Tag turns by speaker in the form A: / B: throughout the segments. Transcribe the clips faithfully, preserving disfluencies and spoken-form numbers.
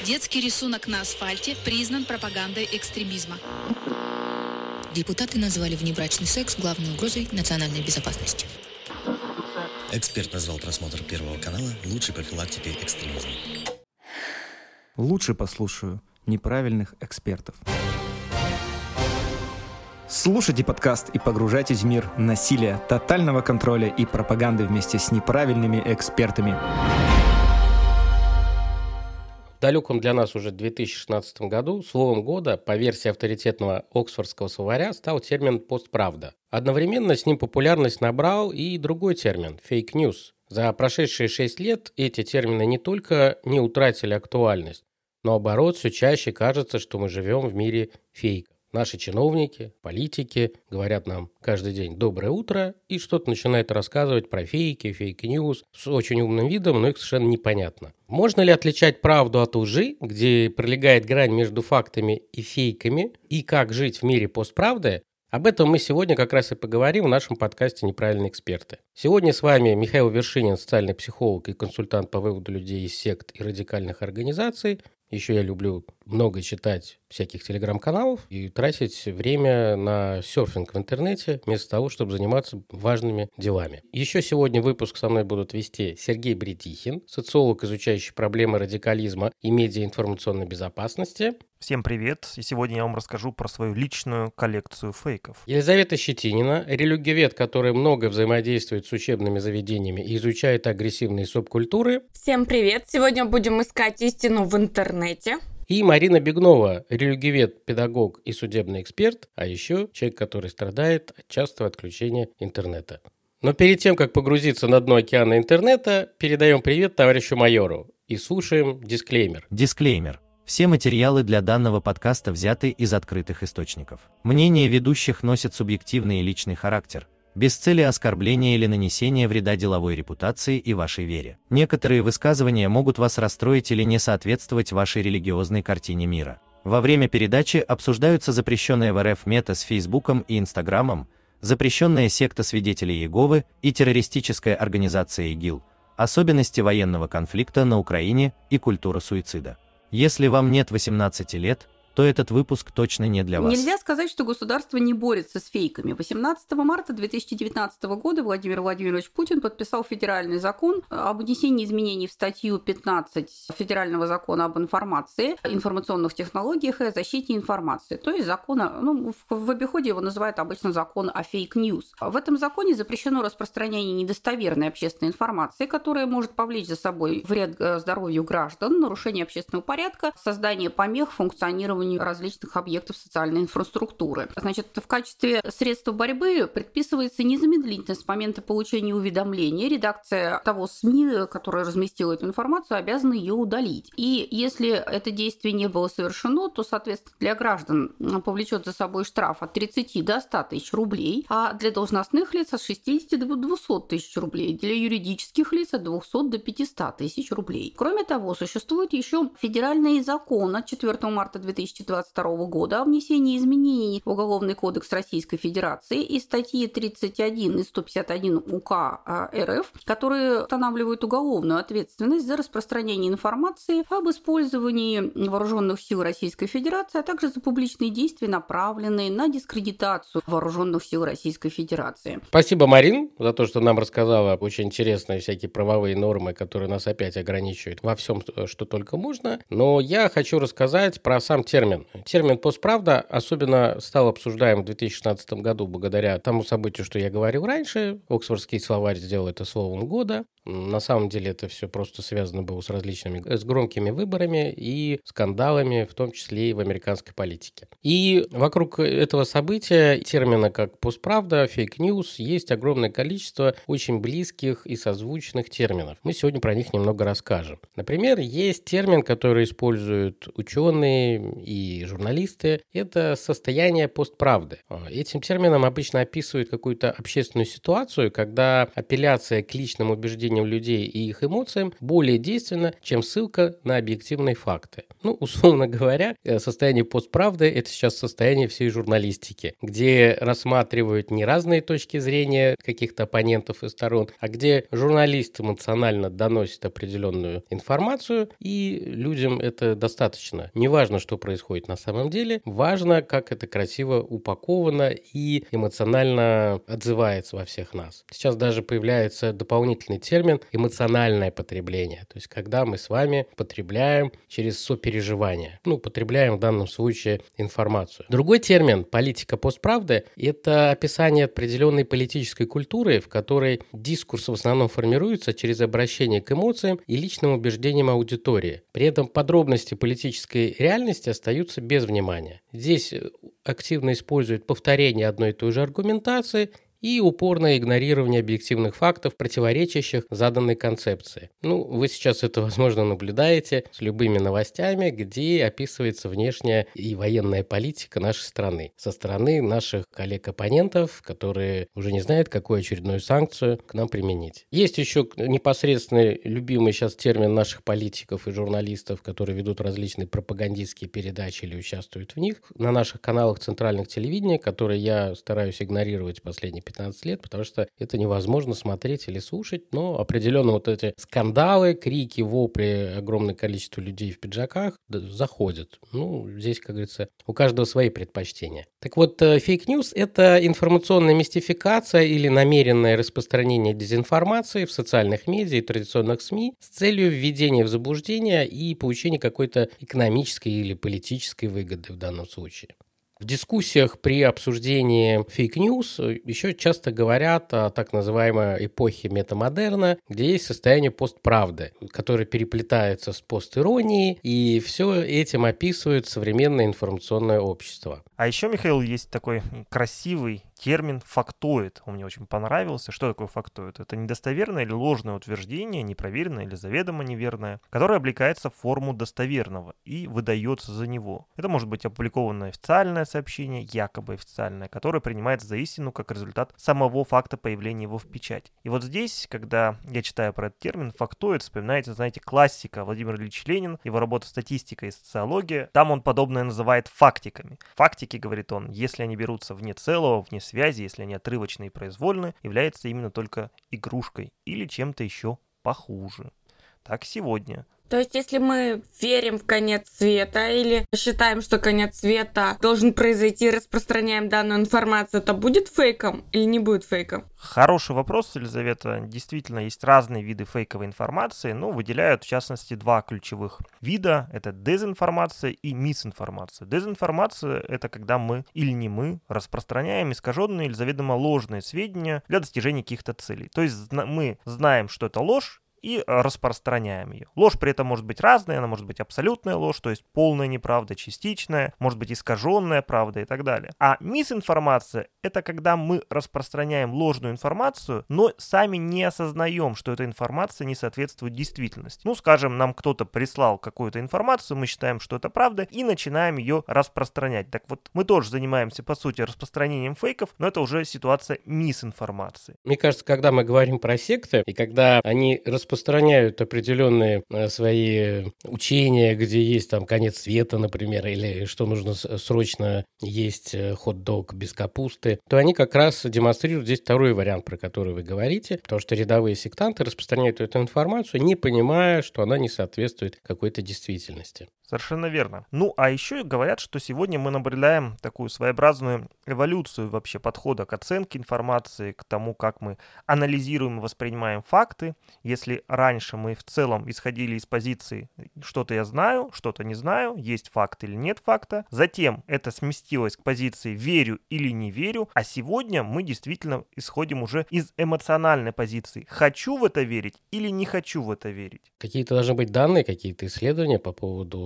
A: Детский рисунок на асфальте признан пропагандой экстремизма.
B: Депутаты назвали внебрачный секс главной угрозой национальной безопасности.
C: Эксперт назвал просмотр Первого канала лучшей профилактикой экстремизма.
D: Лучше послушаю неправильных экспертов. Слушайте подкаст и погружайтесь в мир насилия, тотального контроля и пропаганды вместе с неправильными экспертами.
E: В далеком для нас уже две тысячи шестнадцатом году словом года по версии авторитетного оксфордского словаря стал термин «постправда». Одновременно с ним популярность набрал и другой термин – «фейк-ньюс». За прошедшие шесть лет эти термины не только не утратили актуальность, но наоборот, все чаще кажется, что мы живем в мире фейка. Наши чиновники, политики говорят нам каждый день «доброе утро» и что-то начинают рассказывать про фейки, фейк-ньюс с очень умным видом, но их совершенно непонятно. Можно ли отличать правду от лжи, где пролегает грань между фактами и фейками, и как жить в мире постправды? Об этом мы сегодня как раз и поговорим в нашем подкасте «Неправильные эксперты». Сегодня с вами Михаил Вершинин, социальный психолог и консультант по выводу людей из сект и радикальных организаций. Еще я люблю много читать всяких телеграм-каналов и тратить время на серфинг в интернете, вместо того, чтобы заниматься важными делами. Еще сегодня выпуск со мной будут вести Сергей Бретихин, социолог, изучающий проблемы радикализма и медиаинформационной безопасности.
F: Всем привет, и сегодня я вам расскажу про свою личную коллекцию фейков.
E: Елизавета Щетинина, религиовед, который много взаимодействует с учебными заведениями и изучает агрессивные субкультуры.
G: Всем привет, сегодня будем искать истину в интернете.
E: И Марина Бегнова, религиовед, педагог и судебный эксперт, а еще человек, который страдает от частого отключения интернета. Но перед тем, как погрузиться на дно океана интернета, передаем привет товарищу майору и слушаем дисклеймер.
H: Дисклеймер. Все материалы для данного подкаста взяты из открытых источников. Мнения ведущих носят субъективный и личный характер, без цели оскорбления или нанесения вреда деловой репутации и вашей вере. Некоторые высказывания могут вас расстроить или не соответствовать вашей религиозной картине мира. Во время передачи обсуждаются запрещенная в эр эф мета с Фейсбуком и Инстаграмом, запрещенная секта свидетелей Иеговы и террористическая организация ИГИЛ, особенности военного конфликта на Украине и культура суицида. Если вам нет восемнадцати лет, то этот выпуск точно не для вас.
I: Нельзя сказать, что государство не борется с фейками. восемнадцатого марта две тысячи девятнадцатого года Владимир Владимирович Путин подписал федеральный закон об внесении изменений в статью пятнадцать Федерального закона об информации, информационных технологиях и о защите информации. То есть закона, ну, в обиходе его называют обычно закон о фейк-ньюс. В этом законе запрещено распространение недостоверной общественной информации, которая может повлечь за собой вред здоровью граждан, нарушение общественного порядка, создание помех функционированию различных объектов социальной инфраструктуры. Значит, в качестве средства борьбы предписывается незамедлительно с момента получения уведомления. Редакция того СМИ, которая разместила эту информацию, обязана ее удалить. И если это действие не было совершено, то, соответственно, для граждан повлечет за собой штраф от тридцати до ста тысяч рублей, а для должностных лиц от шестидесяти до двухсот тысяч рублей, для юридических лиц от двухсот до пятисот тысяч рублей. Кроме того, существует еще федеральный закон от четвёртого марта две тысячи двадцать второго года о внесении изменений в Уголовный кодекс Российской Федерации и статьи тридцать один и сто пятьдесят один УК эр эф, которые устанавливают уголовную ответственность за распространение информации об использовании вооруженных сил Российской Федерации, а также за публичные действия, направленные на дискредитацию вооруженных сил Российской Федерации.
E: Спасибо, Марин, за то, что нам рассказала очень интересные всякие правовые нормы, которые нас опять ограничивают во всем, что только можно. Но я хочу рассказать про сам термин. Термин «постправда» особенно стал обсуждаем в две тысячи шестнадцатом году благодаря тому событию, что я говорил раньше. Оксфордский словарь сделал это словом года. На самом деле это все просто связано было с различными, с громкими выборами и скандалами, в том числе и в американской политике. И вокруг этого события термина как «постправда», «фейк-ньюс» есть огромное количество очень близких и созвучных терминов. Мы сегодня про них немного расскажем. Например, есть термин, который используют ученые и журналисты. Это состояние постправды. Этим термином обычно описывают какую-то общественную ситуацию, когда апелляция к личным убеждениям ощущениям людей и их эмоциям более действенна, чем ссылка на объективные факты. Ну, условно говоря, состояние постправды – это сейчас состояние всей журналистики, где рассматривают не разные точки зрения каких-то оппонентов и сторон, а где журналист эмоционально доносит определенную информацию, и людям это достаточно. Не важно, что происходит на самом деле, важно, как это красиво упаковано и эмоционально отзывается во всех нас. Сейчас даже появляется дополнительный термин «эмоциональное потребление», то есть когда мы с вами потребляем через сопереживание, ну, потребляем в данном случае информацию. Другой термин «политика постправды» — это описание определенной политической культуры, в которой дискурс в основном формируется через обращение к эмоциям и личным убеждениям аудитории. При этом подробности политической реальности остаются без внимания. Здесь активно используют повторение одной и той же аргументации и упорное игнорирование объективных фактов, противоречащих заданной концепции. Ну, вы сейчас это, возможно, наблюдаете с любыми новостями, где описывается внешняя и военная политика нашей страны со стороны наших коллег-оппонентов, которые уже не знают, какую очередную санкцию к нам применить. Есть еще непосредственно любимый сейчас термин наших политиков и журналистов, которые ведут различные пропагандистские передачи или участвуют в них на наших каналах центральных телевидения, которые я стараюсь игнорировать последние пятнадцать лет, потому что это невозможно смотреть или слушать, но определенно вот эти скандалы, крики, вопли, огромное количество людей в пиджаках заходят. Ну, здесь, как говорится, у каждого свои предпочтения. Так вот, фейк-ньюс – это информационная мистификация или намеренное распространение дезинформации в социальных медиа и традиционных СМИ с целью введения в заблуждение и получения какой-то экономической или политической выгоды в данном случае. В дискуссиях при обсуждении фейк-ньюс еще часто говорят о так называемой эпохе метамодерна, где есть состояние постправды, которое переплетается с постиронией, и все этим описывает современное информационное общество.
F: А еще, Михаил, есть такой красивый термин «фактоид». Он мне очень понравился. Что такое фактоид? Это недостоверное или ложное утверждение, непроверенное или заведомо неверное, которое облекается в форму достоверного и выдается за него. Это может быть опубликованное официальное сообщение, якобы официальное, которое принимается за истину как результат самого факта появления его в печать. И вот здесь, когда я читаю про этот термин «фактоид», вспоминается, знаете, классика Владимир Ильич Ленин, его работа «Статистика и социология». Там он подобное называет фактиками. Фактики, говорит он, если они берутся вне целого, вне связи, если они отрывочные и произвольны, является именно только игрушкой или чем-то еще похуже. Так сегодня.
G: То есть, если мы верим в конец света или считаем, что конец света должен произойти, распространяем данную информацию, это будет фейком или не будет фейком?
F: Хороший вопрос, Елизавета. Действительно, есть разные виды фейковой информации, но выделяют, в частности, два ключевых вида. Это дезинформация и мисинформация. Дезинформация — это когда мы или не мы распространяем искаженные или заведомо ложные сведения для достижения каких-то целей. То есть мы знаем, что это ложь, и распространяем ее. Ложь при этом может быть разная, она может быть абсолютная ложь, то есть полная неправда, частичная, может быть искаженная правда и так далее. А мисинформация — это когда мы распространяем ложную информацию, но сами не осознаем, что эта информация не соответствует действительности. Ну, скажем, нам кто-то прислал какую-то информацию, мы считаем, что это правда, и начинаем ее распространять. Так вот, мы тоже занимаемся, по сути, распространением фейков, но это уже ситуация мисинформации.
E: Мне кажется, когда мы говорим про секты, и когда они распространяют распространяют определенные свои учения, где есть там конец света, например, или что нужно срочно есть хот-дог без капусты, то они как раз демонстрируют здесь второй вариант, про который вы говорите, потому что рядовые сектанты распространяют эту информацию, не понимая, что она не соответствует какой-то действительности.
F: Совершенно верно. Ну, а еще говорят, что сегодня мы наблюдаем такую своеобразную эволюцию вообще подхода к оценке информации, к тому, как мы анализируем и воспринимаем факты. Если раньше мы в целом исходили из позиции «что-то я знаю, что-то не знаю, есть факт или нет факта», затем это сместилось к позиции «верю или не верю», а сегодня мы действительно исходим уже из эмоциональной позиции «хочу в это верить или не хочу в это верить».
E: Какие-то должны быть данные, какие-то исследования по поводу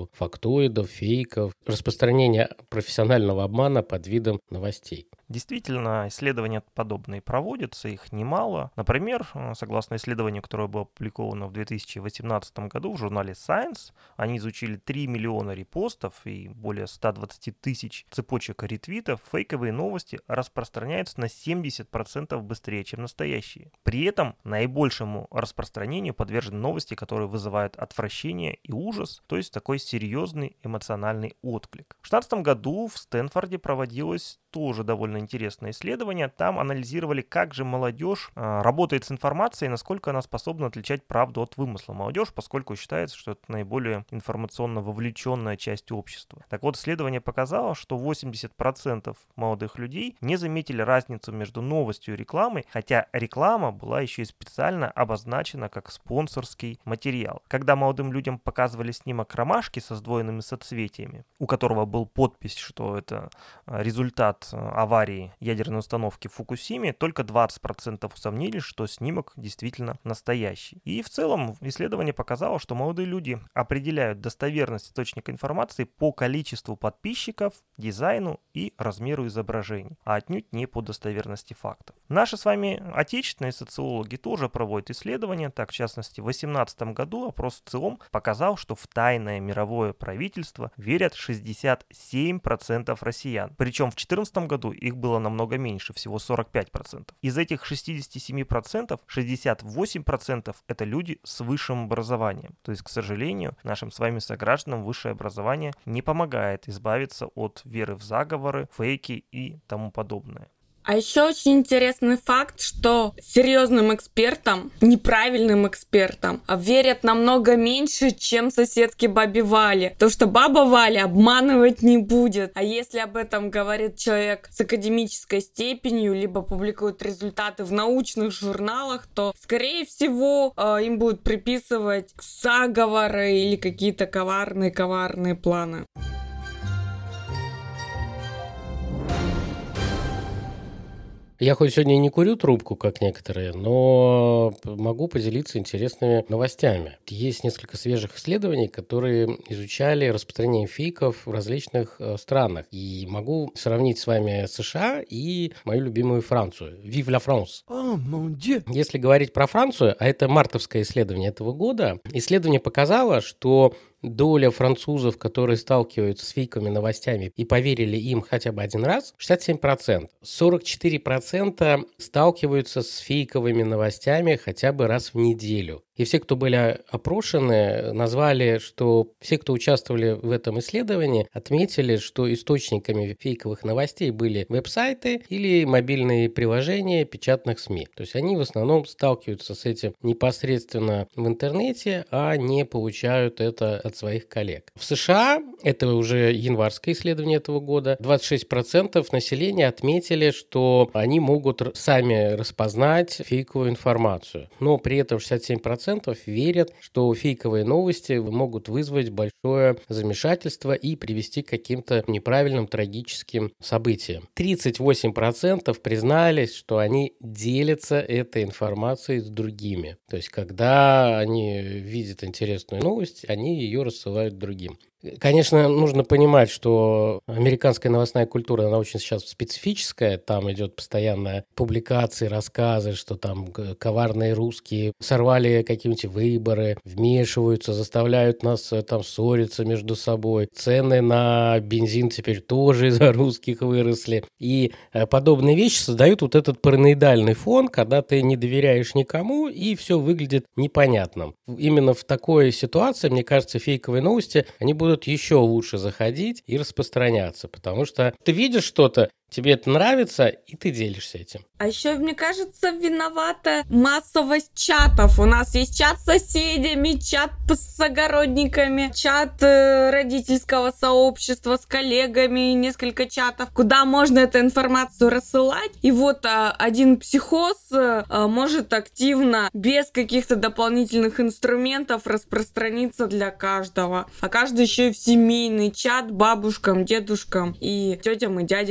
E: фактоидов, фейков, распространения профессионального обмана под видом новостей.
F: Действительно, исследования подобные проводятся, их немало. Например, согласно исследованию, которое было опубликовано в две тысячи восемнадцатом году в журнале Science, они изучили три миллиона репостов и более ста двадцати тысяч цепочек ретвитов. Фейковые новости распространяются на семьдесят процентов быстрее, чем настоящие. При этом наибольшему распространению подвержены новости, которые вызывают отвращение и ужас, то есть такой серьезный эмоциональный отклик. В две тысячи шестнадцатом году в Стэнфорде проводилось тоже довольно интересное исследование. Там анализировали, как же молодежь э, работает с информацией, насколько она способна отличать правду от вымысла. Молодежь, поскольку считается, что это наиболее информационно вовлеченная часть общества. Так вот, исследование показало, что восемьдесят процентов молодых людей не заметили разницу между новостью и рекламой, хотя реклама была еще и специально обозначена как спонсорский материал. Когда молодым людям показывали снимок ромашки со сдвоенными соцветиями, у которого был подпись, что это результат аварии ядерной установки в Фукусиме, только двадцать процентов усомнились, что снимок действительно настоящий. И в целом исследование показало, что молодые люди определяют достоверность источника информации по количеству подписчиков, дизайну и размеру изображений, а отнюдь не по достоверности фактов. Наши с вами отечественные социологи тоже проводят исследования. Так, в частности, в две тысячи восемнадцатом году опрос ЦИОМ показал, что в тайное мировое правительство верят шестьдесят семь процентов россиян. Причем в две тысячи четырнадцатом году их было намного меньше, всего сорок пять процентов. Из этих шестидесяти семи процентов шестьдесят восемь процентов это люди с высшим образованием. То есть, к сожалению, нашим с вами согражданам высшее образование не помогает избавиться от веры в заговоры, фейки и тому подобное.
G: А еще очень интересный факт, что серьезным экспертам, неправильным экспертам верят намного меньше, чем соседке бабе Вале. То, что баба Валя обманывать не будет. А если об этом говорит человек с академической степенью, либо публикует результаты в научных журналах, то, скорее всего, им будут приписывать заговоры или какие-то коварные-коварные планы.
E: Я хоть сегодня и не курю трубку, как некоторые, но могу поделиться интересными новостями. Есть несколько свежих исследований, которые изучали распространение фейков в различных э, странах. И могу сравнить с вами США и мою любимую Францию. Vive la France!
J: Oh, mon Dieu!
E: Если говорить про Францию, а это мартовское исследование этого года, исследование показало, что доля французов, которые сталкиваются с фейковыми новостями и поверили им хотя бы один раз, шестьдесят семь процентов. сорок четыре процента сталкиваются с фейковыми новостями хотя бы раз в неделю. И все, кто были опрошены, назвали, что все, кто участвовали в этом исследовании, отметили, что источниками фейковых новостей были веб-сайты или мобильные приложения печатных СМИ. То есть они в основном сталкиваются с этим непосредственно в интернете, а не получают это от своих коллег. В США, это уже январское исследование этого года, двадцать шесть процентов населения отметили, что они могут сами распознать фейковую информацию. Но при этом шестьдесят семь процентов верят, что фейковые новости могут вызвать большое замешательство и привести к каким-то неправильным трагическим событиям. тридцать восемь процентов признались, что они делятся этой информацией с другими. То есть, когда они видят интересную новость, они ее рассылают другим. Конечно, нужно понимать, что американская новостная культура, она очень сейчас специфическая. Там идет постоянно публикации, рассказы, что там коварные русские сорвали какие-нибудь выборы, вмешиваются, заставляют нас там ссориться между собой. Цены на бензин теперь тоже из-за русских выросли. И подобные вещи создают вот этот параноидальный фон, когда ты не доверяешь никому, и все выглядит непонятным. Именно в такой ситуации, мне кажется, фейковые новости, они будут будут еще лучше заходить и распространяться, потому что ты видишь что-то, тебе это нравится, и ты делишься этим.
G: А еще, мне кажется, виновата массовость чатов. У нас есть чат с соседями, чат с огородниками, чат э, родительского сообщества с коллегами, несколько чатов, куда можно эту информацию рассылать. И вот э, один психоз э, может активно, без каких-то дополнительных инструментов, распространиться для каждого. А каждый еще и в семейный чат бабушкам, дедушкам и тетям и дядям отправить.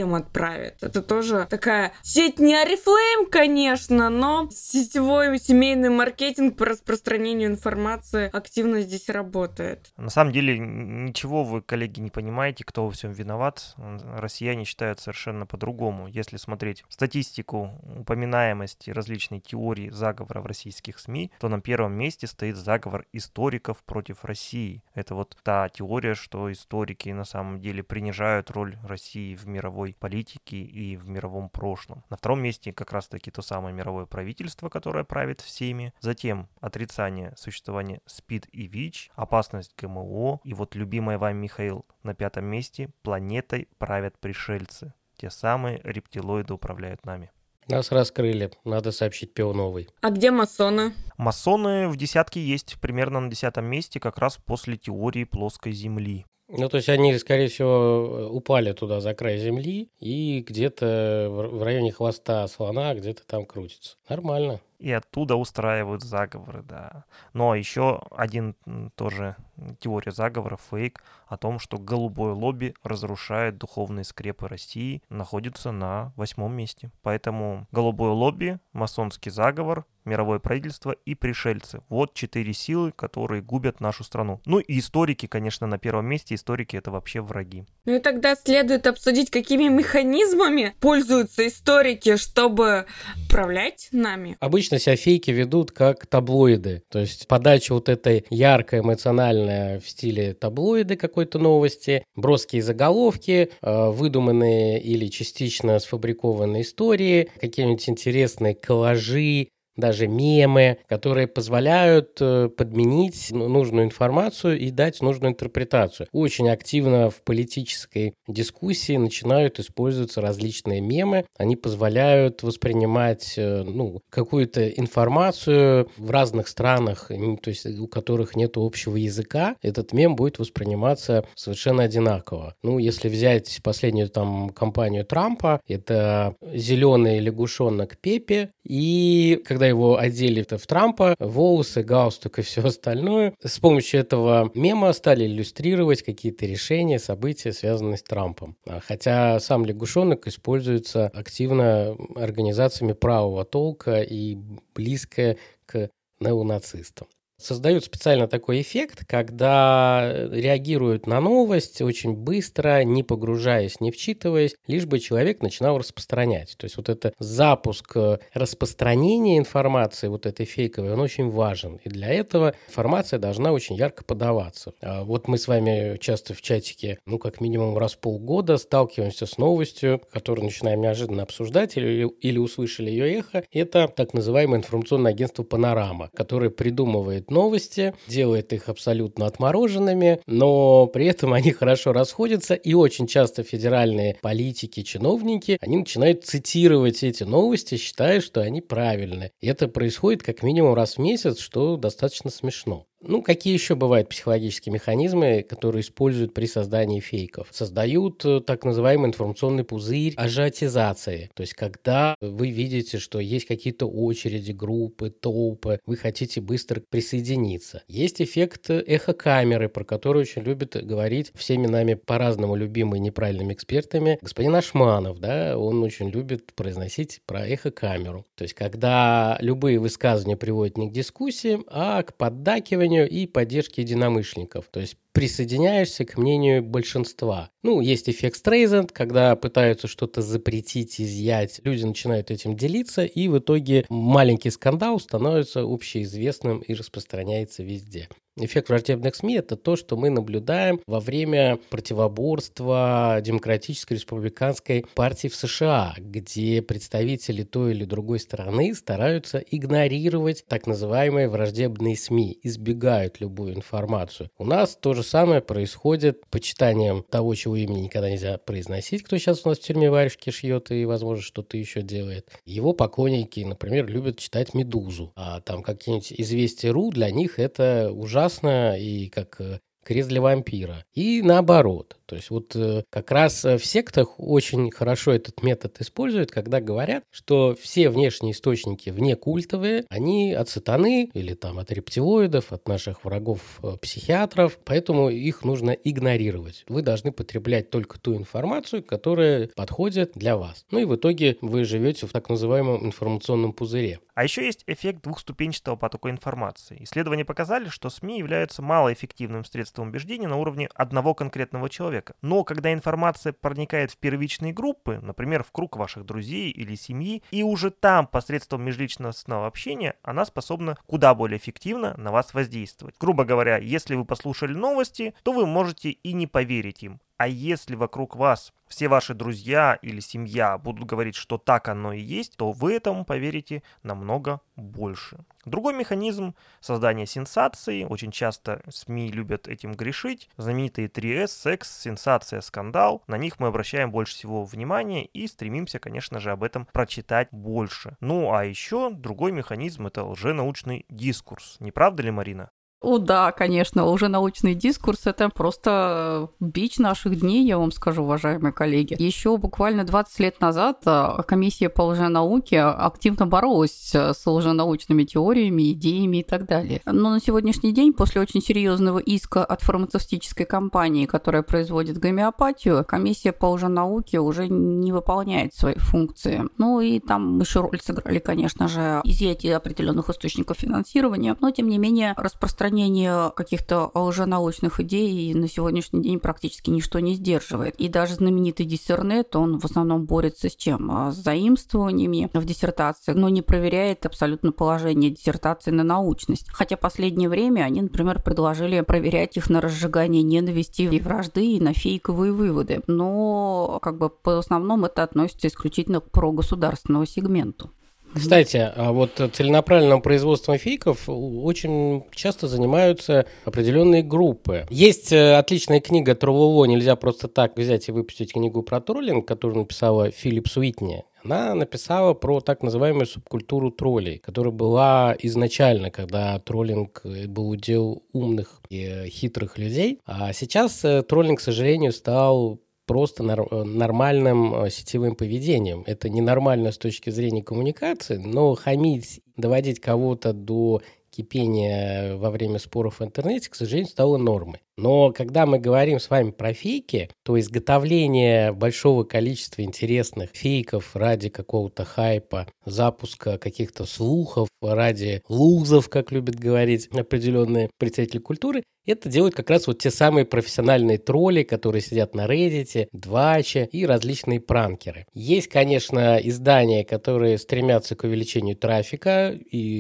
G: правит. Это тоже такая сеть не Oriflame, конечно, но сетевой семейный маркетинг по распространению информации активно здесь работает.
F: На самом деле ничего вы, коллеги, не понимаете, кто во всем виноват. Россияне считают совершенно по-другому. Если смотреть статистику упоминаемости различной теории заговора в российских СМИ, то на первом месте стоит заговор историков против России. Это вот та теория, что историки на самом деле принижают роль России в мировой политике и в мировом прошлом. На втором месте как раз-таки то самое мировое правительство, которое правит всеми. Затем отрицание существования СПИД и ВИЧ, опасность ГМО. И вот любимая вами, Михаил, на пятом месте планетой правят пришельцы. Те самые рептилоиды управляют нами.
E: Нас раскрыли, надо сообщить ПИО новый.
G: А где масоны?
F: Масоны в десятке есть, примерно на десятом месте, как раз после теории плоской Земли.
E: Ну, то есть они, скорее всего, упали туда за край земли и где-то в районе хвоста слона где-то там крутятся. Нормально.
F: И оттуда устраивают заговоры, да. Но еще один тоже теория заговора, фейк, о том, что голубое лобби разрушает духовные скрепы России, находится на восьмом месте. Поэтому голубое лобби, масонский заговор, мировое правительство и пришельцы. Вот четыре силы, которые губят нашу страну. Ну и историки, конечно, на первом месте. Историки — это вообще враги.
G: Ну и тогда следует обсудить, какими механизмами пользуются историки, чтобы управлять нами.
E: Обычно себя фейки ведут как таблоиды. То есть подача вот этой яркой, эмоциональная в стиле таблоиды какой-то новости, броские заголовки, выдуманные или частично сфабрикованные истории, какие-нибудь интересные коллажи, даже мемы, которые позволяют подменить нужную информацию и дать нужную интерпретацию. Очень активно в политической дискуссии начинают использоваться различные мемы. Они позволяют воспринимать ну, какую-то информацию в разных странах, то есть у которых нет общего языка. Этот мем будет восприниматься совершенно одинаково. Ну, если взять последнюю там кампанию Трампа, это зеленый лягушонок Пепе, и когда его одели в Трампа, волосы, галстук и все остальное. С помощью этого мема стали иллюстрировать какие-то решения, события, связанные с Трампом. Хотя сам лягушонок используется активно организациями правого толка и близко к неонацистам. Создают специально такой эффект, когда реагируют на новость очень быстро, не погружаясь, не вчитываясь, лишь бы человек начинал распространять. То есть вот это запуск распространения информации, вот этой фейковой, он очень важен. И для этого информация должна очень ярко подаваться. Вот мы с вами часто в чатике, ну как минимум раз в полгода сталкиваемся с новостью, которую начинаем неожиданно обсуждать или, или услышали ее эхо. Это так называемое информационное агентство «Панорама», которое придумывает новости, делает их абсолютно отмороженными, но при этом они хорошо расходятся, и очень часто федеральные политики, чиновники, они начинают цитировать эти новости, считая, что они правильны. И это происходит как минимум раз в месяц, что достаточно смешно. Ну, какие еще бывают психологические механизмы, которые используют при создании фейков? Создают так называемый информационный пузырь ажиотизации. То есть, когда вы видите, что есть какие-то очереди, группы, толпы, вы хотите быстро присоединиться. Есть эффект эхокамеры, про который очень любит говорить всеми нами по-разному любимый неправильными экспертами господин Ашманов, да, он очень любит произносить про эхокамеру. То есть, когда любые высказывания приводят не к дискуссиям, а к поддакиванию и поддержки единомышленников. То есть присоединяешься к мнению большинства. Ну, есть эффект Стрейзанд, когда пытаются что-то запретить, изъять, люди начинают этим делиться, и в итоге маленький скандал становится общеизвестным и распространяется везде. Эффект враждебных СМИ – это то, что мы наблюдаем во время противоборства Демократической республиканской партии в США, где представители той или другой стороны стараются игнорировать так называемые враждебные СМИ, избегают любую информацию. У нас то же самое происходит почитанием того, чего имени никогда нельзя произносить, кто сейчас у нас в тюрьме варежки шьет и, возможно, что-то еще делает. Его поклонники, например, любят читать «Медузу», а там какие-нибудь «Известия.ру» для них это ужасно и как крест для вампира. И наоборот. То есть вот как раз в сектах очень хорошо этот метод используют, когда говорят, что все внешние источники внекультовые, они от сатаны или там от рептилоидов, от наших врагов-психиатров, поэтому их нужно игнорировать. Вы должны потреблять только ту информацию, которая подходит для вас. Ну и в итоге вы живете в так называемом информационном пузыре.
F: А еще есть эффект двухступенчатого потока информации. Исследования показали, что СМИ являются малоэффективным средством убеждения на уровне одного конкретного человека. Но когда информация проникает в первичные группы, например, в круг ваших друзей или семьи, и уже там посредством межличностного общения она способна куда более эффективно на вас воздействовать. Грубо говоря, если вы послушали новости, то вы можете и не поверить им. А если вокруг вас все ваши друзья или семья будут говорить, что так оно и есть, то вы этому поверите намного больше. Другой механизм создания сенсации. Очень часто СМИ любят этим грешить. Знаменитые три эс, секс, сенсация, скандал. На них мы обращаем больше всего внимания и стремимся, конечно же, об этом прочитать больше. Ну а еще другой механизм — это лженаучный дискурс. Не правда ли, Марина?
I: О, да, конечно, лженаучный дискурс – это просто бич наших дней, я вам скажу, уважаемые коллеги. Еще буквально двадцать лет назад комиссия по лженауке активно боролась с лженаучными теориями, идеями и так далее. Но на сегодняшний день, после очень серьезного иска от фармацевтической компании, которая производит гомеопатию, комиссия по лженауке уже не выполняет свои функции. Ну и там еще роль сыграли, конечно же, изъятие определенных источников финансирования, но тем не менее распространение каких-то лженаучных идей на сегодняшний день практически ничто не сдерживает. И даже знаменитый диссернет, он в основном борется с чем? С заимствованиями в диссертациях, но не проверяет абсолютно положение диссертации на научность. Хотя в последнее время они, например, предложили проверять их на разжигание ненависти и вражды и на фейковые выводы. Но как бы по основному это относится исключительно к прогосударственному сегменту.
E: Кстати, а вот целенаправленным производством фейков очень часто занимаются определенные группы. Есть отличная книга «Троллоло. Нельзя просто так взять и выпустить книгу про троллинг», которую написала Филлипс Уитни. Она написала про так называемую субкультуру троллей, которая была изначально, когда троллинг был удел умных и хитрых людей. А сейчас троллинг, к сожалению, стал просто нормальным сетевым поведением. Это ненормально с точки зрения коммуникации, но хамить, доводить кого-то до кипения во время споров в интернете, к сожалению, стало нормой. Но когда мы говорим с вами про фейки, то изготовление большого количества интересных фейков ради какого-то хайпа, запуска каких-то слухов, ради лузов, как любят говорить определенные представители культуры, это делают как раз вот те самые профессиональные тролли, которые сидят на Reddit, Дваче и различные пранкеры. Есть, конечно, издания, которые стремятся к увеличению трафика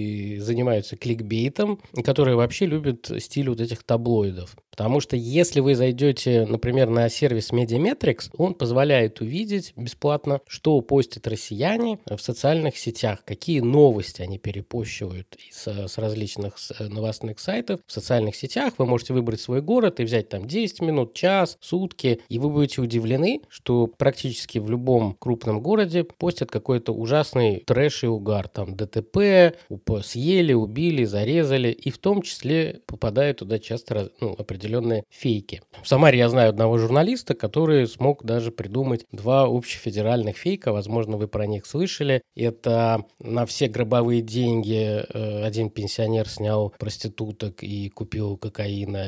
E: и занимаются кликбейтом, которые вообще любят стиль вот этих таблоидов. Потому что если вы зайдете, например, на сервис Медиаметрикс, он позволяет увидеть бесплатно, что постят россияне в социальных сетях, какие новости они перепощивают с, с различных новостных сайтов в социальных сетях. Вы можете выбрать свой город и взять там десять минут, час, сутки, и вы будете удивлены, что практически в любом крупном городе постят какой-то ужасный трэш и угар. Там ДТП, съели, убили, зарезали, и в том числе попадают туда часто ну, определенные фейки. В Самаре я знаю одного журналиста, который смог даже придумать два общефедеральных фейка, возможно, вы про них слышали. Это на все гробовые деньги один пенсионер снял проституток и купил кокаина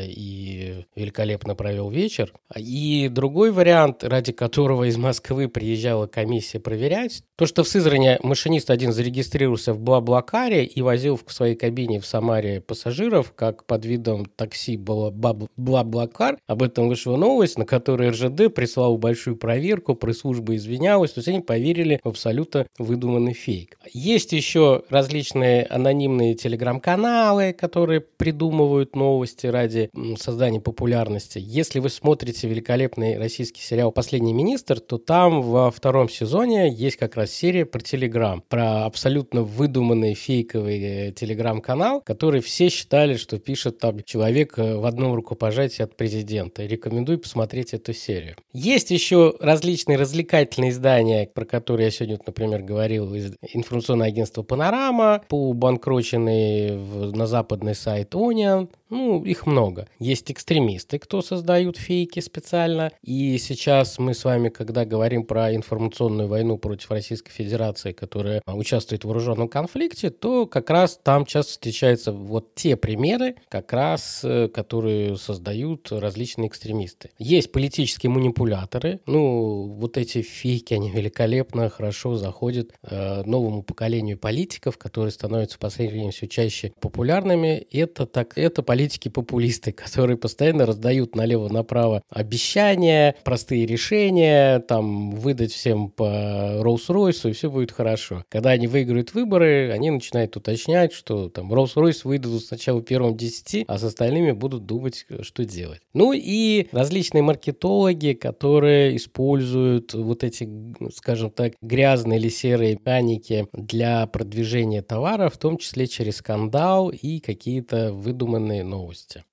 E: и великолепно провел вечер. И другой вариант, ради которого из Москвы приезжала комиссия проверять, то, что в Сызрани машинист один зарегистрировался в Блаблакаре и возил в своей кабине в Самаре пассажиров, как под видом такси было Бла-Блакар. Об этом вышла новость, на которой эр жэ дэ прислал большую проверку, пресс-служба извинялась, то есть они поверили в абсолютно выдуманный фейк. Есть еще различные анонимные телеграм-каналы, которые придумывают новости ради создания популярности. Если вы смотрите великолепный российский сериал «Последний министр», то там во втором сезоне есть как раз серия про Телеграм, про абсолютно выдуманный фейковый телеграм-канал, который все считали, что пишет там человек в одном рукопожатии от президента. Рекомендую посмотреть эту серию. Есть еще различные развлекательные издания, про которые я сегодня, например, говорил, информационное агентство «Панорама», полубанкроченный на западный сайт Onion, Ну, их много. Есть экстремисты, кто создают фейки специально. И сейчас мы с вами, когда говорим про информационную войну против Российской Федерации, которая участвует в вооруженном конфликте, то как раз там часто встречаются вот те примеры, как раз, которые создают различные экстремисты. Есть политические манипуляторы. Ну, вот эти фейки, они великолепно, хорошо заходят э, новому поколению политиков, которые становятся в последнее время все чаще популярными. Это, так, это политики-популисты, которые постоянно раздают налево-направо обещания, простые решения, там, выдать всем по Роллс-Ройсу, и все будет хорошо. Когда они выиграют выборы, они начинают уточнять, что там Роллс-Ройс выдадут сначала первым десяти, а с остальными будут думать, что делать. Ну и различные маркетологи, которые используют вот эти, скажем так, грязные или серые механики для продвижения товара, в том числе через скандал и какие-то выдуманные новости.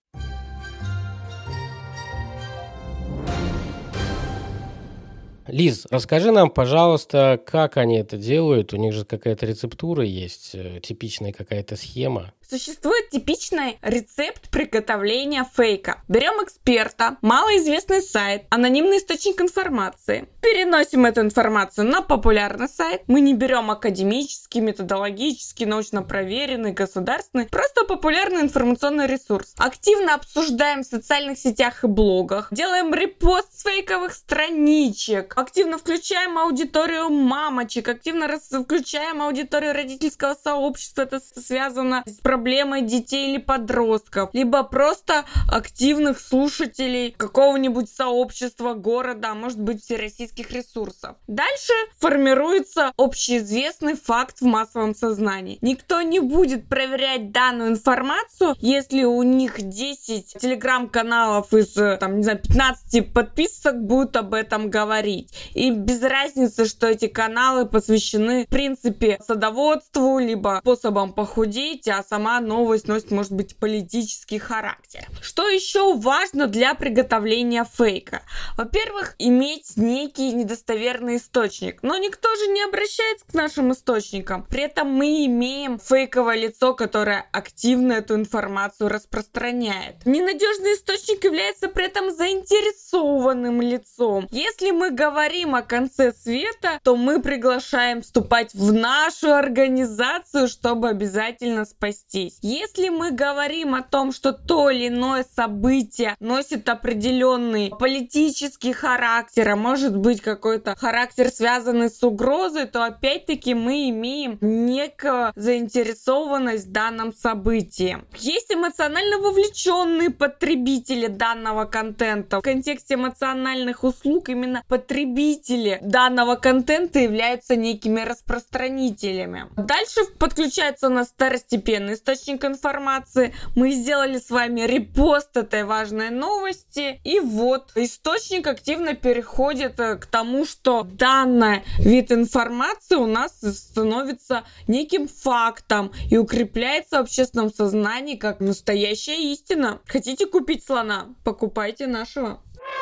E: Лиз, расскажи нам, пожалуйста, как они это делают? У них же какая-то рецептура есть, типичная какая-то схема.
G: Существует типичный рецепт приготовления фейка. Берем эксперта, малоизвестный сайт, анонимный источник информации. Переносим эту информацию на популярный сайт. Мы не берем академический, методологический, научно проверенный, государственный. Просто популярный информационный ресурс. Активно обсуждаем в социальных сетях и блогах. Делаем репост с фейковых страничек. Активно включаем аудиторию мамочек. Активно рас... включаем аудиторию родительского сообщества. Это связано с проблемой проблемой детей или подростков, либо просто активных слушателей какого-нибудь сообщества, города, а может быть всероссийских ресурсов. Дальше формируется общеизвестный факт в массовом сознании. Никто не будет проверять данную информацию, если у них десять телеграм-каналов из, там, не знаю, пятнадцати подписок будут об этом говорить. И без разницы, что эти каналы посвящены, в принципе, садоводству, либо способам похудеть, а сама новость носит, может быть, политический характер. Что еще важно для приготовления фейка? Во-первых, иметь некий недостоверный источник. Но никто же не обращается к нашим источникам. При этом мы имеем фейковое лицо, которое активно эту информацию распространяет. Ненадежный источник является при этом заинтересованным лицом. Если мы говорим о конце света, то мы приглашаем вступать в нашу организацию, чтобы обязательно спасти. Если мы говорим о том, что то или иное событие носит определенный политический характер, а может быть какой-то характер, связанный с угрозой, то опять-таки мы имеем некую заинтересованность в данном событии. Есть эмоционально вовлеченные потребители данного контента. В контексте эмоциональных услуг именно потребители данного контента являются некими распространителями. Дальше подключается у нас второстепенный источник информации. Мы сделали с вами репост этой важной новости. И вот источник активно переходит к тому, что данный вид информации у нас становится неким фактом и укрепляется в общественном сознании как настоящая истина. Хотите купить слона? Покупайте нашего.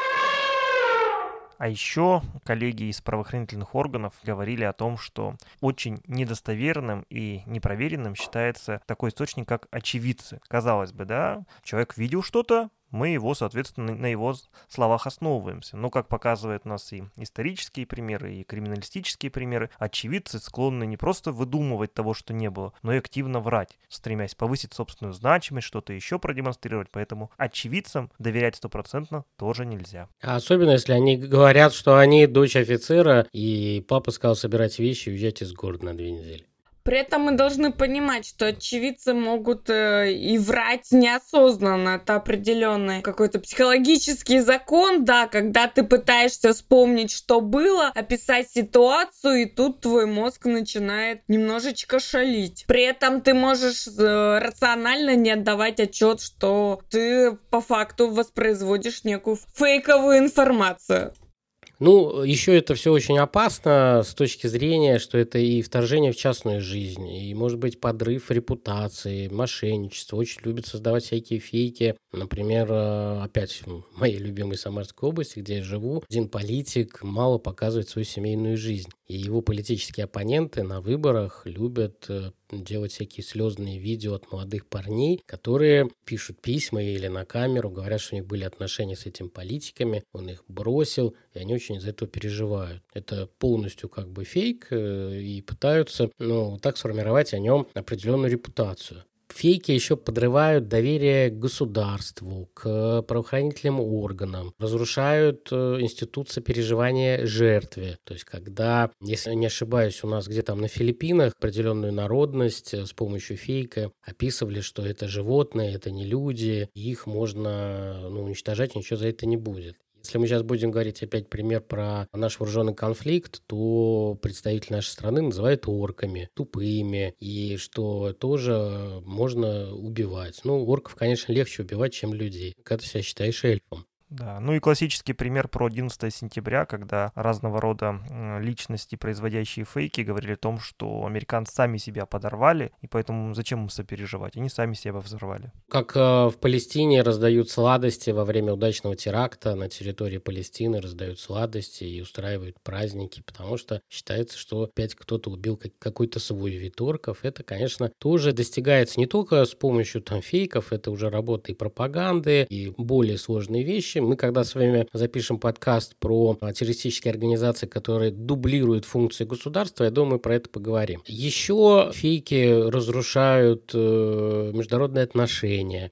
F: А еще коллеги из правоохранительных органов говорили о том, что очень недостоверным и непроверенным считается такой источник, как очевидцы. Казалось бы, да, человек видел что-то, мы его, соответственно, на его словах основываемся. Но, как показывают у нас и исторические примеры, и криминалистические примеры, очевидцы склонны не просто выдумывать того, что не было, но и активно врать, стремясь повысить собственную значимость, что-то еще продемонстрировать. Поэтому очевидцам доверять стопроцентно тоже нельзя.
E: А особенно, если они говорят, что они дочь офицера, и папа сказал собирать вещи и уезжать из города на две недели.
G: При этом мы должны понимать, что очевидцы могут э, и врать неосознанно. Это определенный какой-то психологический закон, да, когда ты пытаешься вспомнить, что было, описать ситуацию, и тут твой мозг начинает немножечко шалить. При этом ты можешь э, рационально не отдавать отчет, что ты по факту воспроизводишь некую фейковую информацию.
E: Ну, еще это все очень опасно с точки зрения, что это и вторжение в частную жизнь, и, может быть, подрыв репутации, мошенничество. Очень любят создавать всякие фейки. Например, опять в моей любимой Самарской области, где я живу, один политик мало показывает свою семейную жизнь. И его политические оппоненты на выборах любят делать всякие слезные видео от молодых парней, которые пишут письма или на камеру, говорят, что у них были отношения с этими политиками, он их бросил, и они очень из-за этого переживают. Это полностью как бы фейк, и пытаются, ну, так сформировать о нем определенную репутацию. Фейки еще подрывают доверие к государству, к правоохранительным органам, разрушают институт сопереживания жертве. То есть, когда, если я не ошибаюсь, у нас где-то на Филиппинах определенную народность с помощью фейка описывали, что это животные, это не люди, и их можно, ну, уничтожать, ничего за это не будет. Если мы сейчас будем говорить опять пример про наш вооруженный конфликт, то представители нашей страны называют орками, тупыми, и что тоже можно убивать. Ну, орков, конечно, легче убивать, чем людей, когда ты себя считаешь эльфом.
F: Да, ну и классический пример про одиннадцатое сентября, когда разного рода личности, производящие фейки, говорили о том, что американцы сами себя подорвали, и поэтому зачем им сопереживать? Они сами себя взорвали.
E: Как э, в Палестине раздают сладости во время удачного теракта, на территории Палестины раздают сладости и устраивают праздники, потому что считается, что опять кто-то убил какой-то свой вид орков. Это, конечно, тоже достигается не только с помощью там фейков, это уже работа и пропаганды, и более сложные вещи. Мы, когда с вами запишем подкаст про террористические организации, которые дублируют функции государства, я думаю, про это поговорим. Еще фейки разрушают э, международные отношения.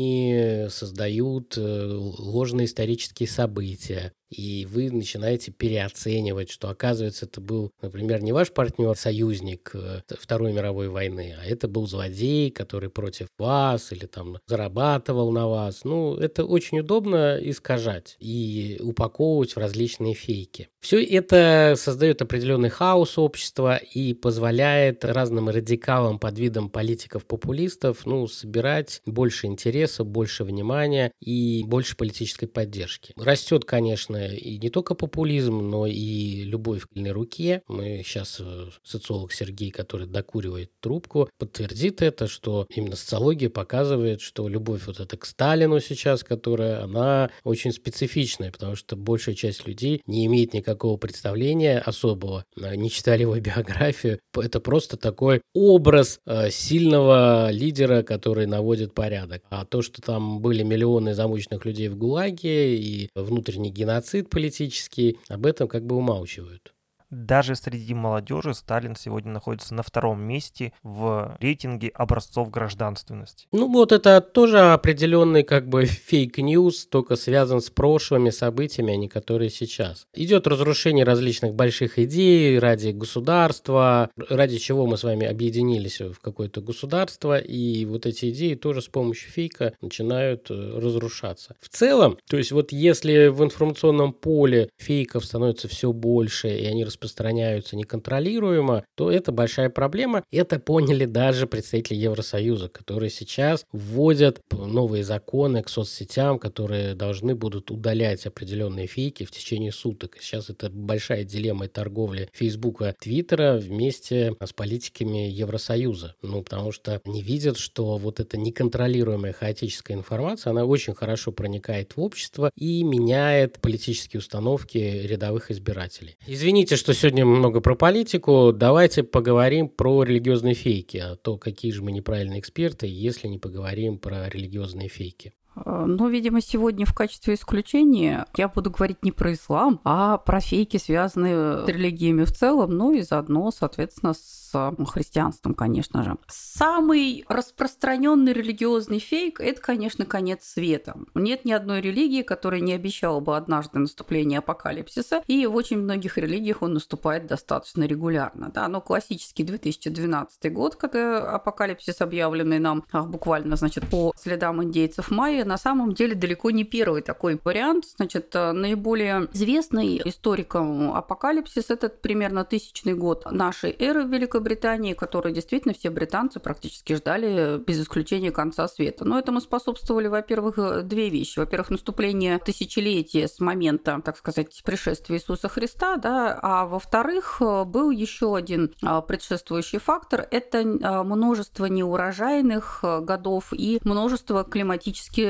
E: Они создают э, ложные исторические события. И вы начинаете переоценивать, что, оказывается, это был, например, не ваш партнер, союзник Второй мировой войны, а это был злодей, который против вас или там зарабатывал на вас. Ну, это очень удобно искажать и упаковывать в различные фейки. Все это создает определенный хаос общества и позволяет разным радикалам под видом политиков-популистов, ну, собирать больше интереса, больше внимания и больше политической поддержки. Растет, конечно, и не только популизм, но и любовь к длинной руке. Мы сейчас, социолог Сергей, который докуривает трубку, подтвердит это, что именно социология показывает, что любовь вот эта к Сталину сейчас, которая, она очень специфичная, потому что большая часть людей не имеет никакого представления особого, не читали его биографию. Это просто такой образ сильного лидера, который наводит порядок. А то, что там были миллионы замученных людей в ГУЛАГе и внутренний геноцид политический, об этом как бы умалчивают.
F: Даже среди молодежи Сталин сегодня находится на втором месте в рейтинге образцов гражданственности.
E: Ну вот это тоже определенный как бы фейк-ньюс, только связан с прошлыми событиями, а не которые сейчас. Идет разрушение различных больших идей ради государства, ради чего мы с вами объединились в какое-то государство, и вот эти идеи тоже с помощью фейка начинают разрушаться. В целом, то есть вот если в информационном поле фейков становится все больше, и они распространяются, распространяются неконтролируемо, то это большая проблема. Это поняли даже представители Евросоюза, которые сейчас вводят новые законы к соцсетям, которые должны будут удалять определенные фейки в течение суток. Сейчас это большая дилемма торговли Фейсбука, Твиттера вместе с политиками Евросоюза. Ну, потому что они видят, что вот эта неконтролируемая хаотическая информация, она очень хорошо проникает в общество и меняет политические установки рядовых избирателей. Извините, что сегодня много про политику, давайте поговорим про религиозные фейки, а то какие же мы неправильные эксперты, если не поговорим про религиозные фейки.
I: Ну, видимо, сегодня в качестве исключения я буду говорить не про ислам, а про фейки, связанные с религиями в целом, ну и заодно, соответственно, с христианством, конечно же. Самый распространенный религиозный фейк – это, конечно, конец света. Нет ни одной религии, которая не обещала бы однажды наступление апокалипсиса, и в очень многих религиях он наступает достаточно регулярно. Да, но классический две тысячи двенадцатый год, когда апокалипсис, объявленный нам буквально, значит, по следам индейцев майя, на самом деле далеко не первый такой вариант. Значит, наиболее известный историком апокалипсис – это примерно тысячный год нашей эры в Великобритании, который действительно все британцы практически ждали без исключения конца света. Но этому способствовали, во-первых, две вещи. Во-первых, наступление тысячелетия с момента, так сказать, пришествия Иисуса Христа, да, а во-вторых, был еще один предшествующий фактор – это множество неурожайных годов и множество климатически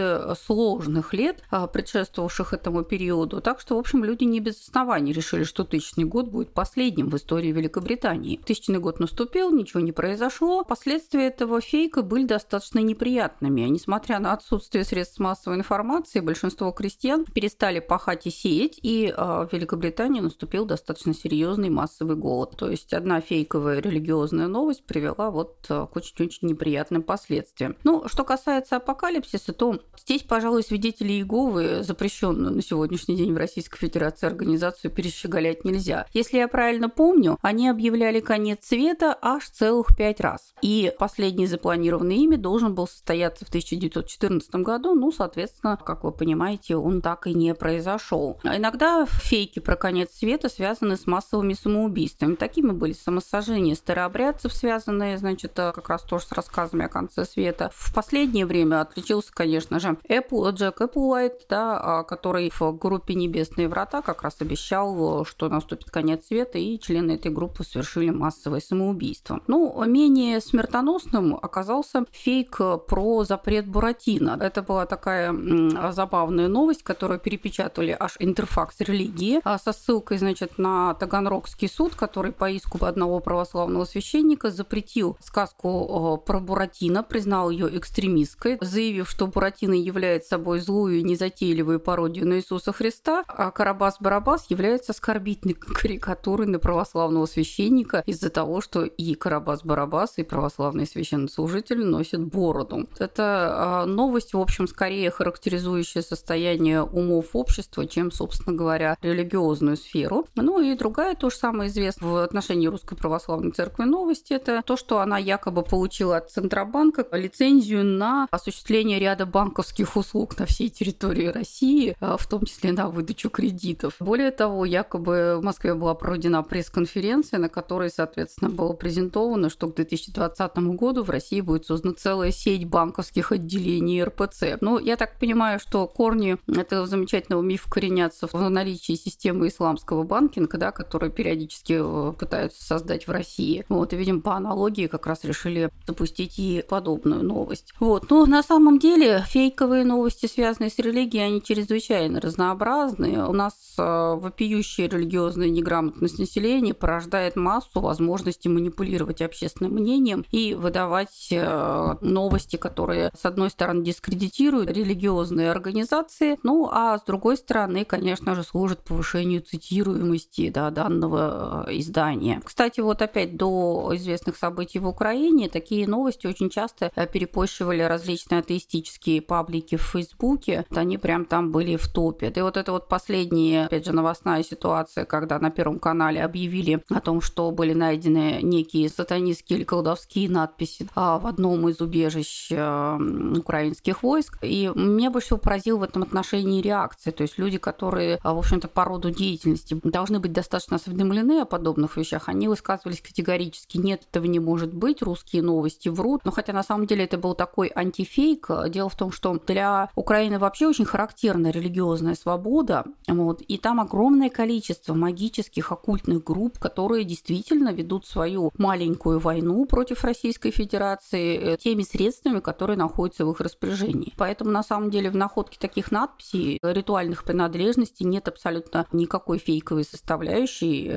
I: более сложных лет, предшествовавших этому периоду. Так что, в общем, люди не без оснований решили, что тысячный год будет последним в истории Великобритании. Тысячный год наступил, ничего не произошло. Последствия этого фейка были достаточно неприятными. Несмотря на отсутствие средств массовой информации, большинство крестьян перестали пахать и сеять, и в Великобритании наступил достаточно серьезный массовый голод. То есть одна фейковая религиозная новость привела вот к очень-очень неприятным последствиям. Ну, что касается апокалипсиса, то здесь, пожалуй, свидетели Иеговы, запрещенную на сегодняшний день в Российской Федерации организацию, перещеголять нельзя. Если я правильно помню, они объявляли конец света аж целых пять раз. И последний запланированный ими должен был состояться в тысяча девятьсот четырнадцатом году, ну, соответственно, как вы понимаете, он так и не произошел. А иногда фейки про конец света связаны с массовыми самоубийствами. Такими были самосожжения старообрядцев, связанные, значит, как раз тоже с рассказами о конце света. В последнее время отличился, конечно же, Apple, Джек Эпплвайт, да, который в группе «Небесные врата» как раз обещал, что наступит конец света, и члены этой группы совершили массовое самоубийство. Ну, менее смертоносным оказался фейк про запрет Буратино. Это была такая м, забавная новость, которую перепечатали аж Интерфакс религии, со ссылкой, значит, на Таганрогский суд, который по иску одного православного священника запретил сказку про Буратино, признал ее экстремистской, заявив, что Буратино является собой злую и незатейливую пародию на Иисуса Христа, а Карабас-Барабас является оскорбительной карикатурой на православного священника из-за того, что и Карабас-Барабас, и православный священнослужитель носят бороду. Это новость, в общем, скорее характеризующая состояние умов общества, чем, собственно говоря, религиозную сферу. Ну и другая, то же самое известно в отношении Русской Православной Церкви новости, это то, что она якобы получила от Центробанка лицензию на осуществление ряда банковских услуг на всей территории России, в том числе на выдачу кредитов. Более того, якобы в Москве была проведена пресс-конференция, на которой, соответственно, было презентовано, что к две тысячи двадцатому году в России будет создана целая сеть банковских отделений эр пэ цэ. Но я так понимаю, что корни этого замечательного мифа коренятся в наличии системы исламского банкинга, да, которую периодически пытаются создать в России. Вот, и, видимо, по аналогии как раз решили запустить и подобную новость. Вот. Но на самом деле фейковые новости, связанные с религией, они чрезвычайно разнообразны. У нас вопиющая религиозная неграмотность населения порождает массу возможностей манипулировать общественным мнением и выдавать новости, которые, с одной стороны, дискредитируют религиозные организации, ну, а с другой стороны, конечно же, служат повышению цитируемости, да, данного издания. Кстати, вот опять до известных событий в Украине такие новости очень часто перепощивали различные атеистические паблики в Фейсбуке. Они прям там были в топе. Да и вот это вот последняя, опять же, новостная ситуация, когда на Первом канале объявили о том, что были найдены некие сатанистские или колдовские надписи в одном из убежищ украинских войск. И меня больше всего поразила в этом отношении реакция. То есть люди, которые, в общем-то, по роду деятельности должны быть достаточно осведомлены о подобных вещах, они высказывались категорически: нет, этого не может быть, русские новости врут. Но хотя на самом деле это был такой антифейк. Дело в том, что для Украины вообще очень характерна религиозная свобода. Вот, и там огромное количество магических оккультных групп, которые действительно ведут свою маленькую войну против Российской Федерации теми средствами, которые находятся в их распоряжении. Поэтому на самом деле в находке таких надписей, ритуальных принадлежностей нет абсолютно никакой фейковой составляющей.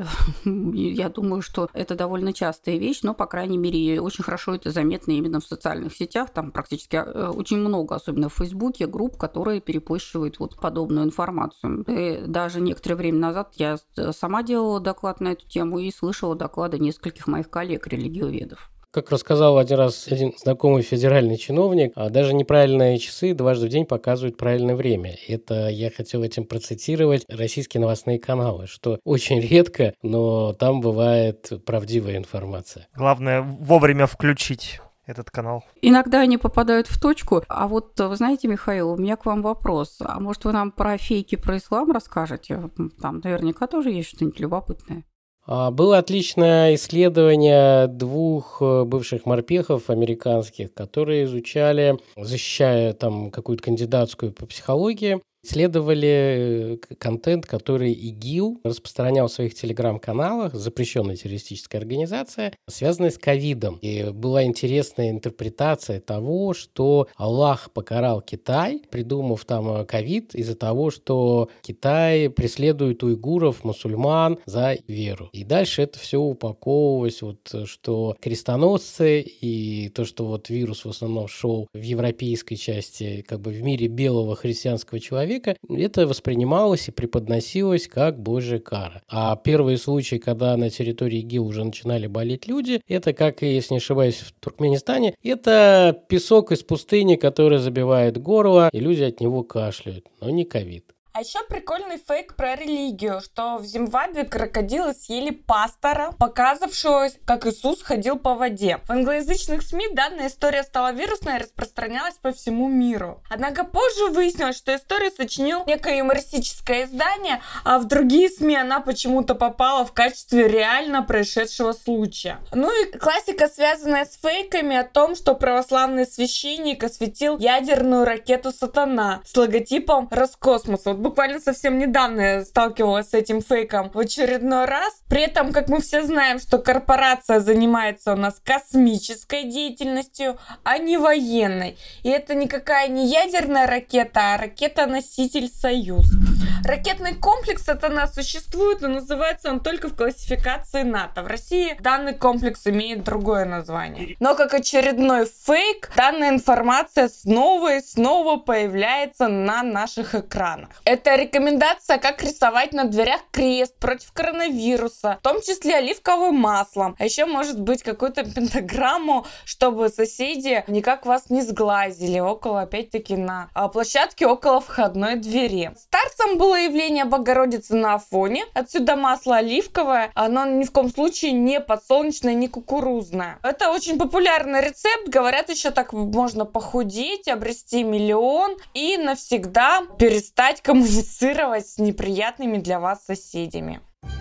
I: Я думаю, что это довольно частая вещь, но, по крайней мере, очень хорошо это заметно именно в социальных сетях. Там практически очень много, особенно в Фейсбуке, групп, которые перепощивают вот подобную информацию. И даже некоторое время назад я сама делала доклад на эту тему и слышала доклады нескольких моих коллег-религиоведов.
E: Как рассказал один раз один знакомый федеральный чиновник, даже неправильные часы дважды в день показывают правильное время. Это я хотел этим процитировать российские новостные каналы, что очень редко, но там бывает правдивая информация.
F: Главное вовремя включить этот канал.
I: Иногда они попадают в точку. А вот, вы знаете, Михаил, у меня к вам вопрос. А может, вы нам про фейки про ислам расскажете? Там наверняка тоже есть что-нибудь любопытное.
E: Было отличное исследование двух бывших морпехов американских, которые изучали, защищая там какую-то кандидатскую по психологии, исследовали контент, который ИГИЛ распространял в своих телеграм-каналах, запрещенная террористическая организация, связанная с ковидом. И была интересная интерпретация того, что Аллах покарал Китай, придумав там ковид из-за того, что Китай преследует уйгуров, мусульман за веру. И дальше это все упаковывалось, вот, что крестоносцы и то, что вот вирус в основном шел в европейской части, как бы в мире белого христианского человека, это воспринималось и преподносилось как божья кара. А первые случаи, когда на территории ИГИЛ уже начинали болеть люди, это, как, если не ошибаюсь, в Туркменистане, это песок из пустыни, который забивает горло, и люди от него кашляют, но не ковид.
G: А еще прикольный фейк про религию, что в Зимбабве крокодилы съели пастора, показавшего, как Иисус ходил по воде. В англоязычных СМИ данная история стала вирусной и распространялась по всему миру. Однако позже выяснилось, что историю сочинил некое юмористическое издание, а в другие СМИ она почему-то попала в качестве реально происшедшего случая. Ну и классика, связанная с фейками о том, что православный священник осветил ядерную ракету «Сатана» с логотипом Роскосмоса. Вот буквально совсем недавно я сталкивалась с этим фейком в очередной раз. При этом, как мы все знаем, что корпорация занимается у нас космической деятельностью, а не военной. И это никакая не ядерная ракета, а ракета-носитель «Союз». Ракетный комплекс «Сатана» существует, но называется он только в классификации НАТО. В России данный комплекс имеет другое название. Но как очередной фейк, данная информация снова и снова появляется на наших экранах. Это рекомендация, как рисовать на дверях крест против коронавируса, в том числе оливковым маслом. А еще может быть какую-то пентаграмму, чтобы соседи никак вас не сглазили около, опять-таки, на площадке около входной двери. Старцем было явление Богородицы на Афоне. Отсюда масло оливковое, оно ни в коем случае не подсолнечное, не кукурузное. Это очень популярный рецепт. Говорят, еще так можно похудеть, обрести миллион и навсегда перестать коммуницировать с неприятными для вас соседями.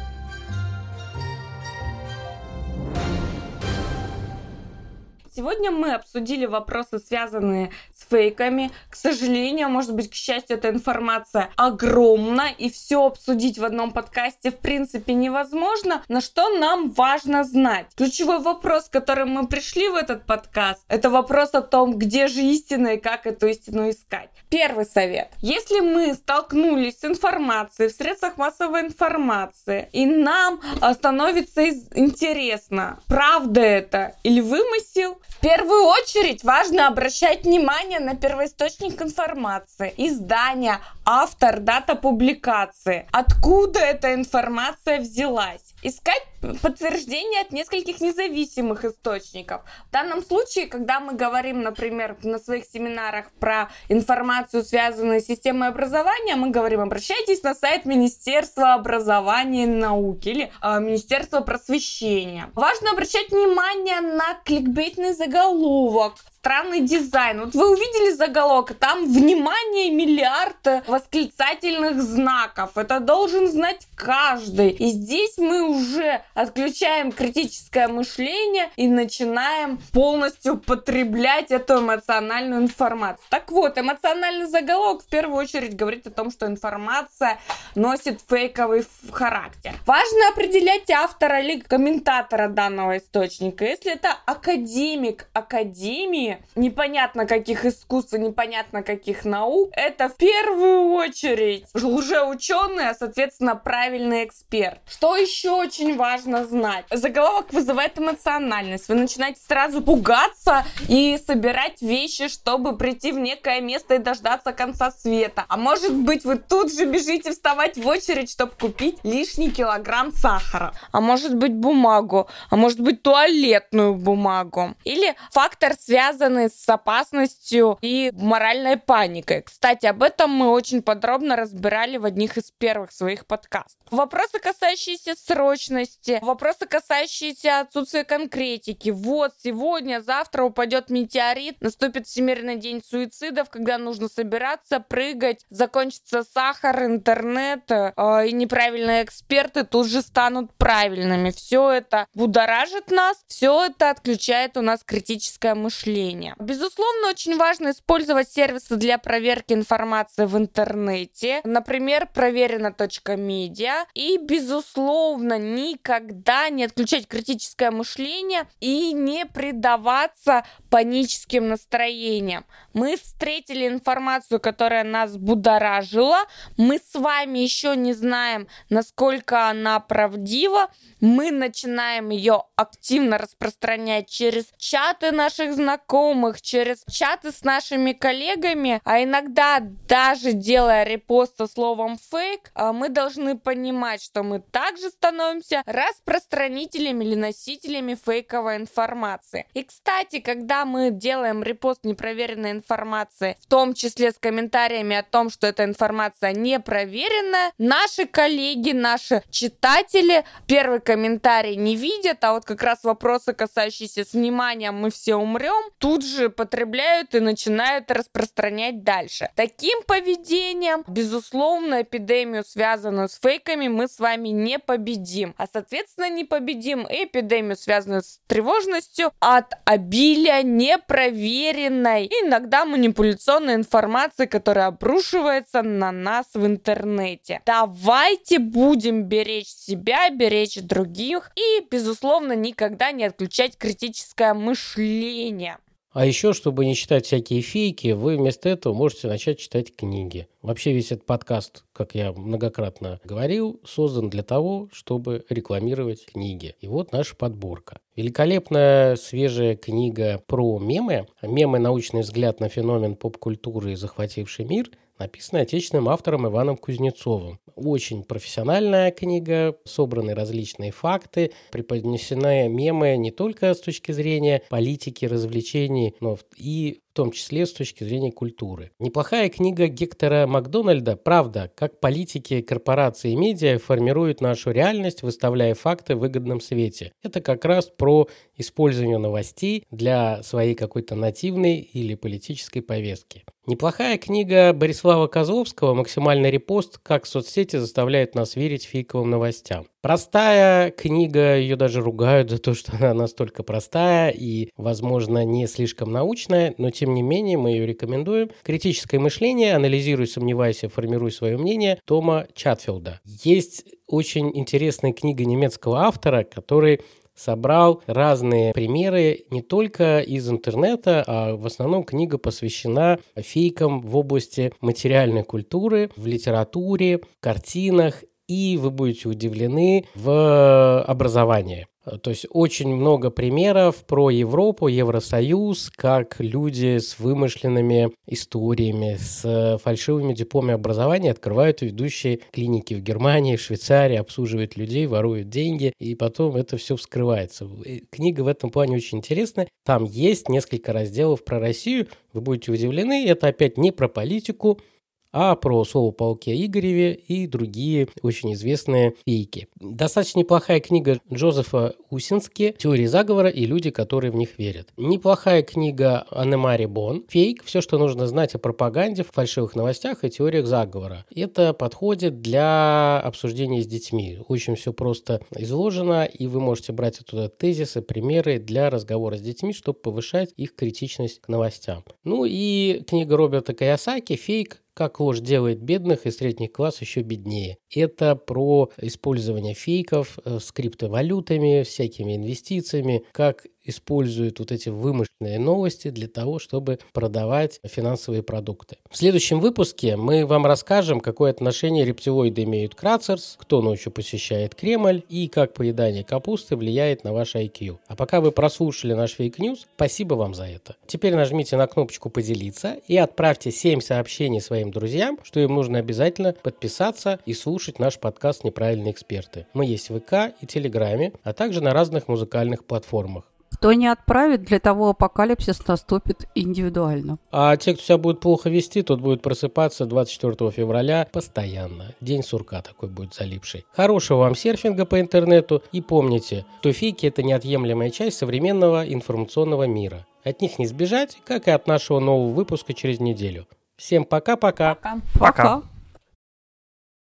G: Сегодня мы обсудили вопросы, связанные с фейками. К сожалению, может быть, к счастью, эта информация огромна, и все обсудить в одном подкасте в принципе невозможно. Но что нам важно знать? Ключевой вопрос, с которым мы пришли в этот подкаст, это вопрос о том, где же истина и как эту истину искать. Первый совет. Если мы столкнулись с информацией в средствах массовой информации, и нам становится интересно, правда это или вымысел, в первую очередь важно обращать внимание на первоисточник информации, издание, автор, дата публикации, откуда эта информация взялась. Искать подтверждение от нескольких независимых источников. В данном случае, когда мы говорим, например, на своих семинарах про информацию, связанную с системой образования, мы говорим: обращайтесь на сайт Министерства образования и науки или э, Министерства просвещения. Важно обращать внимание на кликбейтный заголовок, странный дизайн. Вот вы увидели заголовок, там внимание, миллиард восклицательных знаков. Это должен знать каждый. И здесь мы уже отключаем критическое мышление и начинаем полностью потреблять эту эмоциональную информацию. Так вот, эмоциональный заголовок в первую очередь говорит о том, что информация носит фейковый характер. Важно определять автора или комментатора данного источника. Если это академик академии, непонятно каких искусств, непонятно каких наук, это в первую очередь лжеученый, а соответственно правильный эксперт. Что еще очень важно знать? Заголовок вызывает эмоциональность. Вы начинаете сразу пугаться и собирать вещи, чтобы прийти в некое место и дождаться конца света. А может быть, вы тут же бежите вставать в очередь, чтобы купить лишний килограмм сахара. А может быть, бумагу. А может быть, туалетную бумагу. Или фактор, связанный с опасностью и моральной паникой. Кстати, об этом мы очень подробно разбирали в одних из первых своих подкастов. Вопросы, касающиеся срочности, вопросы, касающиеся отсутствия конкретики. Вот сегодня, завтра упадет метеорит, наступит Всемирный день суицидов, когда нужно собираться, прыгать, закончится сахар, интернет, э, и неправильные эксперты тут же станут правильными. Все это будоражит нас, все это отключает у нас критическое мышление. мышления. Безусловно, очень важно использовать сервисы для проверки информации в интернете, например, проверено точка медиа, и, безусловно, никогда не отключать критическое мышление и не предаваться паническим настроениям. Мы встретили информацию, которая нас будоражила, мы с вами еще не знаем, насколько она правдива, мы начинаем ее активно распространять через чаты наших знакомых, через чаты с нашими коллегами, а иногда даже делая репост со словом фейк, мы должны понимать, что мы также становимся распространителями или носителями фейковой информации. И, кстати, когда мы делаем репост непроверенной информации, в том числе с комментариями о том, что эта информация непроверенная, наши коллеги, наши читатели первый комментарий не видят, а вот как раз вопросы, касающиеся с вниманием «мы все умрем», тут же потребляют и начинают распространять дальше. Таким поведением, безусловно, эпидемию, связанную с фейками, мы с вами не победим. А, соответственно, не победим эпидемию, связанную с тревожностью от обилия непроверенной, иногда манипуляционной информации, которая обрушивается на нас в интернете. Давайте будем беречь себя, беречь других и, безусловно, никогда не отключать критическое мышление.
E: А еще, чтобы не читать всякие фейки, вы вместо этого можете начать читать книги. Вообще весь этот подкаст, как я многократно говорил, создан для того, чтобы рекламировать книги. И вот наша подборка. Великолепная свежая книга про мемы. Мемы «Научный взгляд на феномен поп-культуры, захвативший мир», написанная отечественным автором Иваном Кузнецовым. Очень профессиональная книга, собраны различные факты, преподнесены мемы не только с точки зрения политики, развлечений, но и в том числе с точки зрения культуры. Неплохая книга Гектора Макдональда «Правда. Как политики, корпорации и медиа формируют нашу реальность, выставляя факты в выгодном свете». Это как раз про использование новостей для своей какой-то нативной или политической повестки. Неплохая книга Борислава Козловского «Максимальный репост. Как соцсети заставляют нас верить фейковым новостям». Простая книга, ее даже ругают за то, что она настолько простая и, возможно, не слишком научная, но тем не менее мы ее рекомендуем. «Критическое мышление. Анализируй, сомневайся, формируй свое мнение» Тома Чатфилда. Есть очень интересная книга немецкого автора, который собрал разные примеры не только из интернета, а в основном книга посвящена фейкам в области материальной культуры, в литературе, картинах, и вы будете удивлены в образовании. То есть очень много примеров про Европу, Евросоюз, как люди с вымышленными историями, с фальшивыми дипломами образования открывают ведущие клиники в Германии, Швейцарии, обслуживают людей, воруют деньги, и потом это все вскрывается. Книга в этом плане очень интересная. Там есть несколько разделов про Россию, вы будете удивлены, это опять не про политику, а про слово Пауке Игореве и другие очень известные фейки. Достаточно неплохая книга Джозефа Усински «Теории заговора и люди, которые в них верят». Неплохая книга Анне-Мари Бон «Фейк. Все, что нужно знать о пропаганде, фальшивых новостях и теориях заговора». Это подходит для обсуждения с детьми. Очень все просто изложено, и вы можете брать оттуда тезисы, примеры для разговора с детьми, чтобы повышать их критичность к новостям. Ну и книга Роберта Кийосаки «Фейк. Как ложь делает бедных и средний класс еще беднее». Это про использование фейков с криптовалютами, всякими инвестициями, как используют вот эти вымышленные новости для того, чтобы продавать финансовые продукты. В следующем выпуске мы вам расскажем, какое отношение рептилоиды имеют к Рацерс, кто ночью посещает Кремль и как поедание капусты влияет на ваш ай кью. А пока вы прослушали наш фейк-ньюс, спасибо вам за это. Теперь нажмите на кнопочку «Поделиться» и отправьте семь сообщений своим друзьям, что им нужно обязательно подписаться и слушать наш подкаст «Неправильные эксперты». Мы есть в ВК и Телеграме, а также на разных музыкальных платформах.
I: Кто не отправит, для того апокалипсис наступит индивидуально.
E: А те, кто себя будет плохо вести, тот будет просыпаться двадцать четвёртого февраля постоянно. День сурка такой будет залипший. Хорошего вам серфинга по интернету. И помните, что фейки – это неотъемлемая часть современного информационного мира. От них не сбежать, как и от нашего нового выпуска через неделю. Всем пока-пока.
G: Пока.
F: Пока.